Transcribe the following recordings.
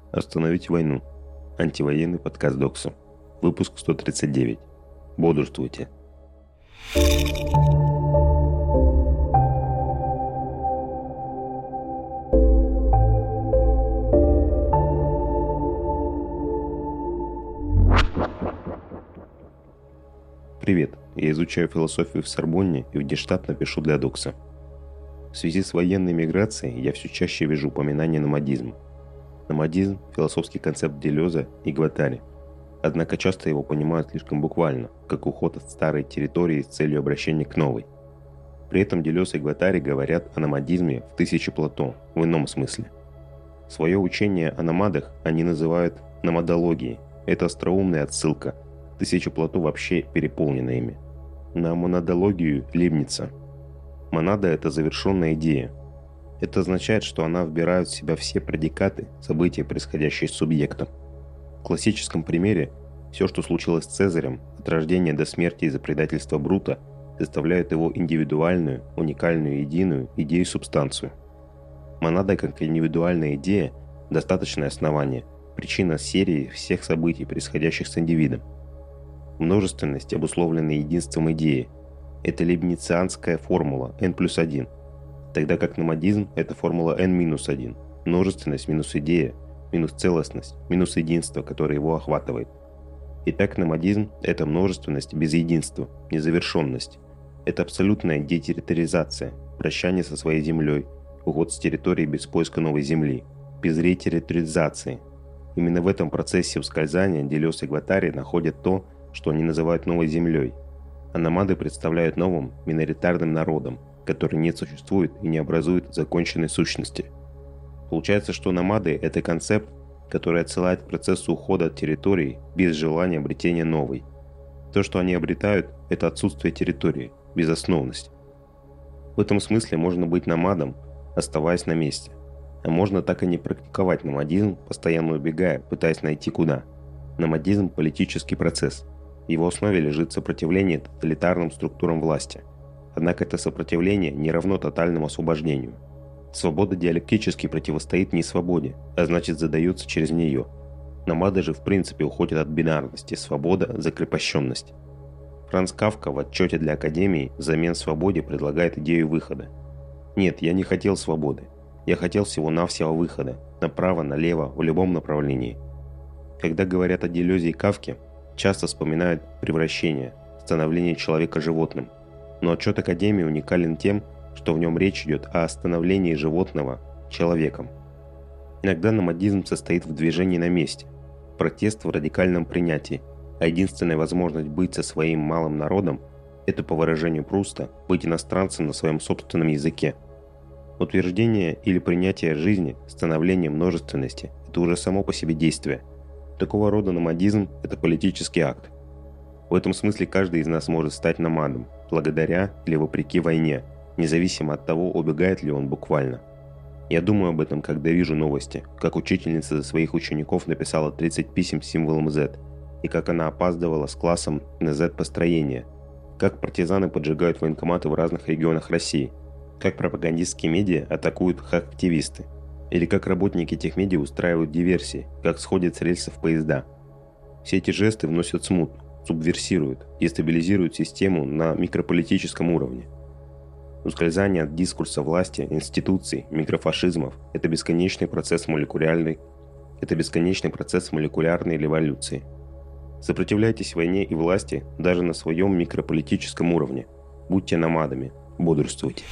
Остановить войну. Антивоенный подкаст Докса. Выпуск 139. Бодрствуйте. Привет, я изучаю философию в Сорбонне и внештатно пишу для Докса. В связи с военной миграцией я все чаще вижу упоминание номадизма. Номадизм – философский концепт Делеза и Гваттари. Однако часто его понимают слишком буквально, как уход от старой территории с целью обращения к новой. При этом Делез и Гваттари говорят о номадизме в «Тысяче Плато» в ином смысле. Свое учение о номадах они называют номадологией. Это остроумная отсылка. «Тысяча Плато» вообще переполнена ими. На монадологию Лейбница. Монада – это завершенная идея. Это означает, что она вбирает в себя все предикаты, события, происходящие с субъектом. В классическом примере все, что случилось с Цезарем, от рождения до смерти из-за предательства Брута, составляет его индивидуальную, уникальную, единую идею-субстанцию. Монада как индивидуальная идея – достаточное основание, причина серии всех событий, происходящих с индивидом. Множественность, обусловленная единством идеи – это лейбницианская формула n+1, тогда как номадизм – это формула n-1, множественность минус идея, минус целостность, минус единство, которое его охватывает. Итак, номадизм – это множественность без единства, незавершенность. Это абсолютная детерриторизация, прощание со своей землей, уход с территории без поиска новой земли, без ретерриторизации. Именно в этом процессе ускользания Делез и Гваттари находят то, что они называют новой землей, а номады представляют новым миноритарным народом, который не существует и не образует законченной сущности. Получается, что номады – это концепт, который отсылает к процессу ухода от территории без желания обретения новой. То, что они обретают – это отсутствие территории, безосновность. В этом смысле можно быть номадом, оставаясь на месте. А можно так и не практиковать номадизм, постоянно убегая, пытаясь найти куда. Номадизм – политический процесс. В его основе лежит сопротивление тоталитарным структурам власти. Однако это сопротивление не равно тотальному освобождению. Свобода диалектически противостоит несвободе, а значит задается через нее. Номады же в принципе уходят от бинарности свобода, закрепощенность. Франц Кафка в отчете для Академии взамен свободе предлагает идею выхода. Нет, я не хотел свободы. Я хотел всего-навсего выхода, направо, налево, в любом направлении. Когда говорят о Делезе и Кафке, часто вспоминают превращение, становление человека животным. Но отчет Академии уникален тем, что в нем речь идет о становлении животного человеком. Иногда номадизм состоит в движении на месте, протест в радикальном принятии, а единственная возможность быть со своим малым народом – это, по выражению Пруста, быть иностранцем на своем собственном языке. Утверждение или принятие жизни, становление множественности – это уже само по себе действие. Такого рода номадизм – это политический акт. В этом смысле каждый из нас может стать номадом, благодаря или вопреки войне, независимо от того, убегает ли он буквально. Я думаю об этом, когда вижу новости, как учительница за своих учеников написала 30 писем с символом Z, и как она опаздывала с классом на Z-построение, как партизаны поджигают военкоматы в разных регионах России, как пропагандистские медиа атакуют активисты, или как работники тех медиа устраивают диверсии, как сходят с рельсов поезда. Все эти жесты вносят смуту, субверсируют, дестабилизируют систему на микрополитическом уровне. Ускользание от дискурса власти, институций, микрофашизмов – это бесконечный процесс молекулярной революции. Сопротивляйтесь войне и власти даже на своем микрополитическом уровне. Будьте номадами, бодрствуйте.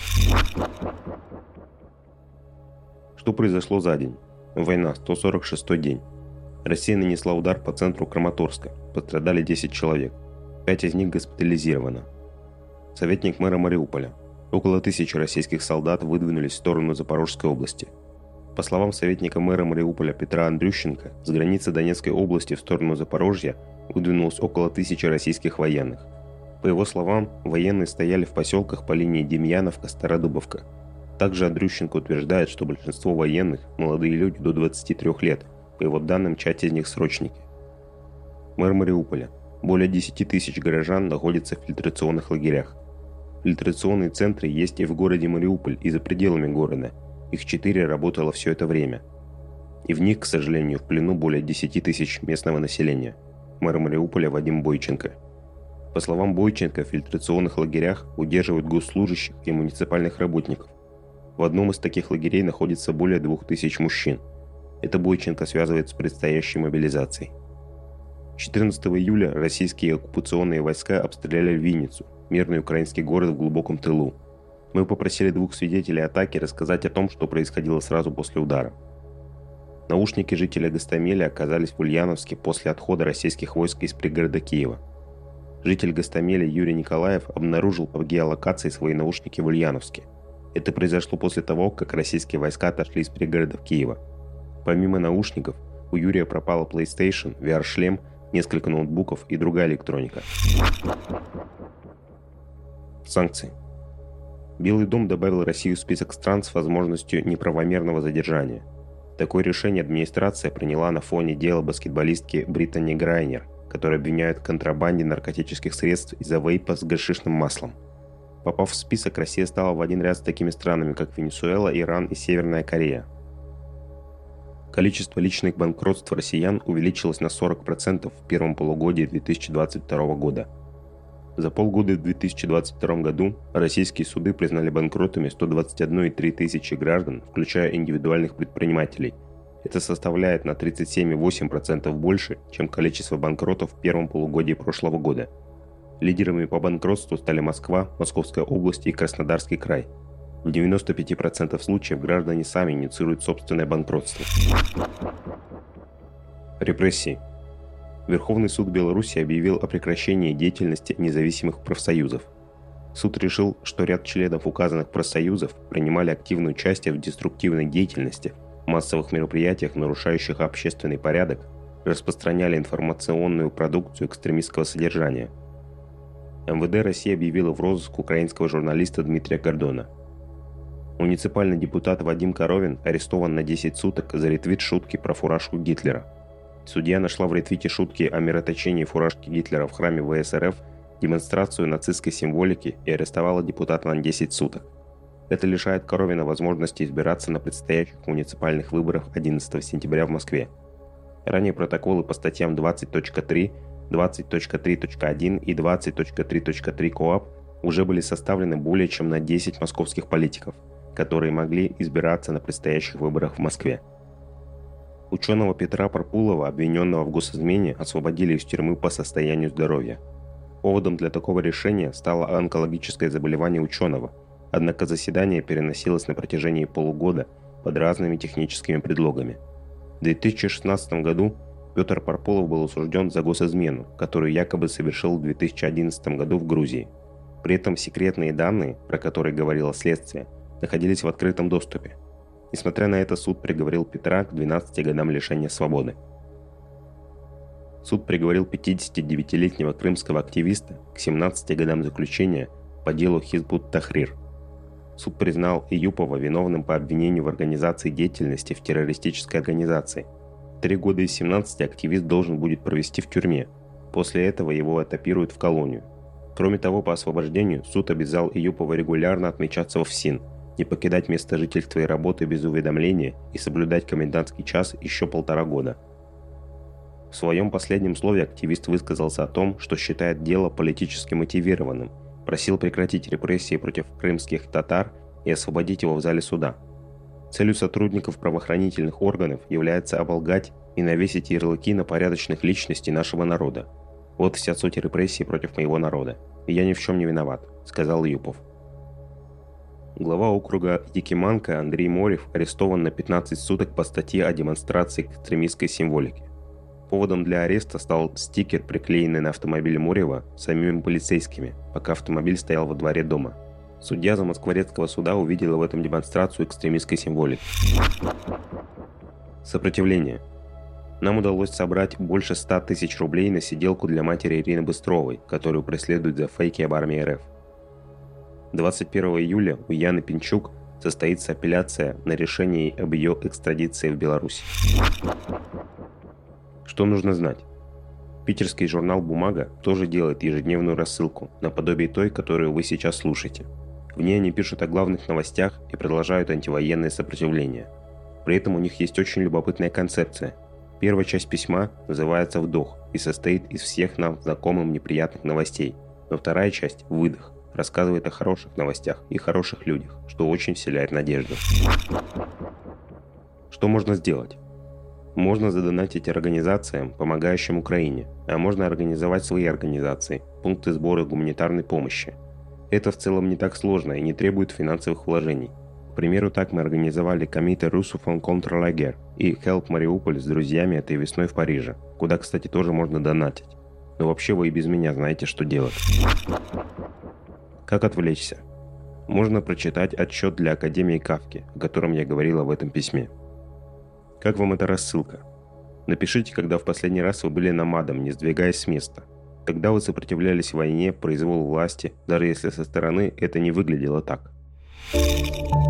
Что произошло за день? Война, 146-й день. Россия нанесла удар по центру Краматорска. Пострадали 10 человек. 5 из них госпитализировано. Советник мэра Мариуполя. Около 1000 российских солдат выдвинулись в сторону Запорожской области. По словам советника мэра Мариуполя Петра Андрющенко, с границы Донецкой области в сторону Запорожья выдвинулось около 1000 российских военных. По его словам, военные стояли в поселках по линии Демьяновка-Стародубовка. Также Андрющенко утверждает, что большинство военных – молодые люди до 23 лет, по его данным, часть из них – срочники. Мэр Мариуполя. Более 10 тысяч горожан находятся в фильтрационных лагерях. Фильтрационные центры есть и в городе Мариуполь, и за пределами города. Их 4 работало все это время. и в них, к сожалению, в плену более 10 тысяч местного населения. Мэр Мариуполя Вадим Бойченко. По словам Бойченко, в фильтрационных лагерях удерживают госслужащих и муниципальных работников. В одном из таких лагерей находится более 2000 мужчин. Это Бойченко связывает с предстоящей мобилизацией. 14 июля российские оккупационные войска обстреляли Винницу, мирный украинский город в глубоком тылу. Мы попросили 2 свидетелей атаки рассказать о том, что происходило сразу после удара. Наушники жителя Гостомеля оказались в Ульяновске после отхода российских войск из пригорода Киева. Житель Гостомеля Юрий Николаев обнаружил по геолокации свои наушники в Ульяновске. Это произошло после того, как российские войска отошли из пригородов Киева. Помимо наушников, у Юрия пропала PlayStation, VR-шлем, несколько ноутбуков и другая электроника. Санкции. Белый дом добавил Россию в список стран с возможностью неправомерного задержания. Такое решение администрация приняла на фоне дела баскетболистки Британи Грайнер, которую обвиняют в контрабанде наркотических средств из-за вейпа с гашишным маслом. Попав в список, Россия стала в один ряд с такими странами, как Венесуэла, Иран и Северная Корея. Количество личных банкротств россиян увеличилось на 40% в первом полугодии 2022 года. За полгода в 2022 году российские суды признали банкротами 121,3 тысячи граждан, включая индивидуальных предпринимателей. Это составляет на 37,8% больше, чем количество банкротов в первом полугодии прошлого года. Лидерами по банкротству стали Москва, Московская область и Краснодарский край. В 95% случаев граждане сами инициируют собственное банкротство. Репрессии. Верховный суд Беларуси объявил о прекращении деятельности независимых профсоюзов. Суд решил, что ряд членов указанных профсоюзов принимали активное участие в деструктивной деятельности, массовых мероприятиях, нарушающих общественный порядок, распространяли информационную продукцию экстремистского содержания. МВД России объявила в розыск украинского журналиста Дмитрия Гордона. Муниципальный депутат Вадим Коровин арестован на 10 суток за ретвит шутки про фуражку Гитлера. Судья нашла в ретвите шутки о мироточении фуражки Гитлера в храме ВСРФ демонстрацию нацистской символики и арестовала депутата на 10 суток. Это лишает Коровина возможности избираться на предстоящих муниципальных выборах 11 сентября в Москве. Ранее протоколы по статьям 20.3, 20.3.1 и 20.3.3 КоАП уже были составлены более чем на 10 московских политиков, которые могли избираться на предстоящих выборах в Москве. Ученого Петра Парпулова, обвиненного в госизмене, освободили из тюрьмы по состоянию здоровья. Поводом для такого решения стало онкологическое заболевание ученого, однако заседание переносилось на протяжении полугода под разными техническими предлогами. В 2016 году Петр Парпулов был осужден за госизмену, которую якобы совершил в 2011 году в Грузии. При этом секретные данные, про которые говорило следствие, находились в открытом доступе. Несмотря на это, суд приговорил Петра к 12 годам лишения свободы. Суд приговорил 59-летнего крымского активиста к 17 годам заключения по делу Хизбут Тахрир. Суд признал Июпова виновным по обвинению в организации деятельности в террористической организации. 3 года из 17 активист должен будет провести в тюрьме. После этого его этапируют в колонию. Кроме того, по освобождению суд обязал Июпова регулярно отмечаться в ФСИН, не покидать место жительства и работы без уведомления и соблюдать комендантский час еще 1,5 года. В своем последнем слове активист высказался о том, что считает дело политически мотивированным, просил прекратить репрессии против крымских татар и освободить его в зале суда. Целью сотрудников правоохранительных органов является оболгать и навесить ярлыки на порядочных личностей нашего народа. Вот вся суть репрессий против моего народа. И я ни в чем не виноват, сказал Юпов. Глава округа Якиманка Андрей Морев арестован на 15 суток по статье о демонстрации экстремистской символики. Поводом для ареста стал стикер, приклеенный на автомобиль Морева самими полицейскими, пока автомобиль стоял во дворе дома. Судья Замоскворецкого суда увидела в этом демонстрацию экстремистской символики. Сопротивление. Нам удалось собрать больше 100 тысяч рублей на сиделку для матери Ирины Быстровой, которую преследуют за фейки об армии РФ. 21 июля у Яны Пинчук состоится апелляция на решение об ее экстрадиции в Беларусь. Что нужно знать? Питерский журнал «Бумага» тоже делает ежедневную рассылку, наподобие той, которую вы сейчас слушаете. В ней они пишут о главных новостях и продолжают антивоенное сопротивление. При этом у них есть очень любопытная концепция. Первая часть письма называется «Вдох» и состоит из всех нам знакомых неприятных новостей. Но вторая часть «Выдох» рассказывает о хороших новостях и хороших людях, что очень вселяет надежду. Что можно сделать? Можно задонатить организациям, помогающим Украине, а можно организовать свои организации, пункты сбора гуманитарной помощи. Это в целом не так сложно и не требует финансовых вложений. К примеру, так мы организовали комите Russophone contre la guerre и Help Mariupol с друзьями этой весной в Париже, куда, кстати, тоже можно донатить. Но вообще вы и без меня знаете, что делать. Как отвлечься? Можно прочитать отчет для Академии Кафки, о котором я говорила в этом письме. Как вам эта рассылка? Напишите, когда в последний раз вы были номадом, не сдвигаясь с места. Когда вы сопротивлялись войне, произволу власти, даже если со стороны это не выглядело так.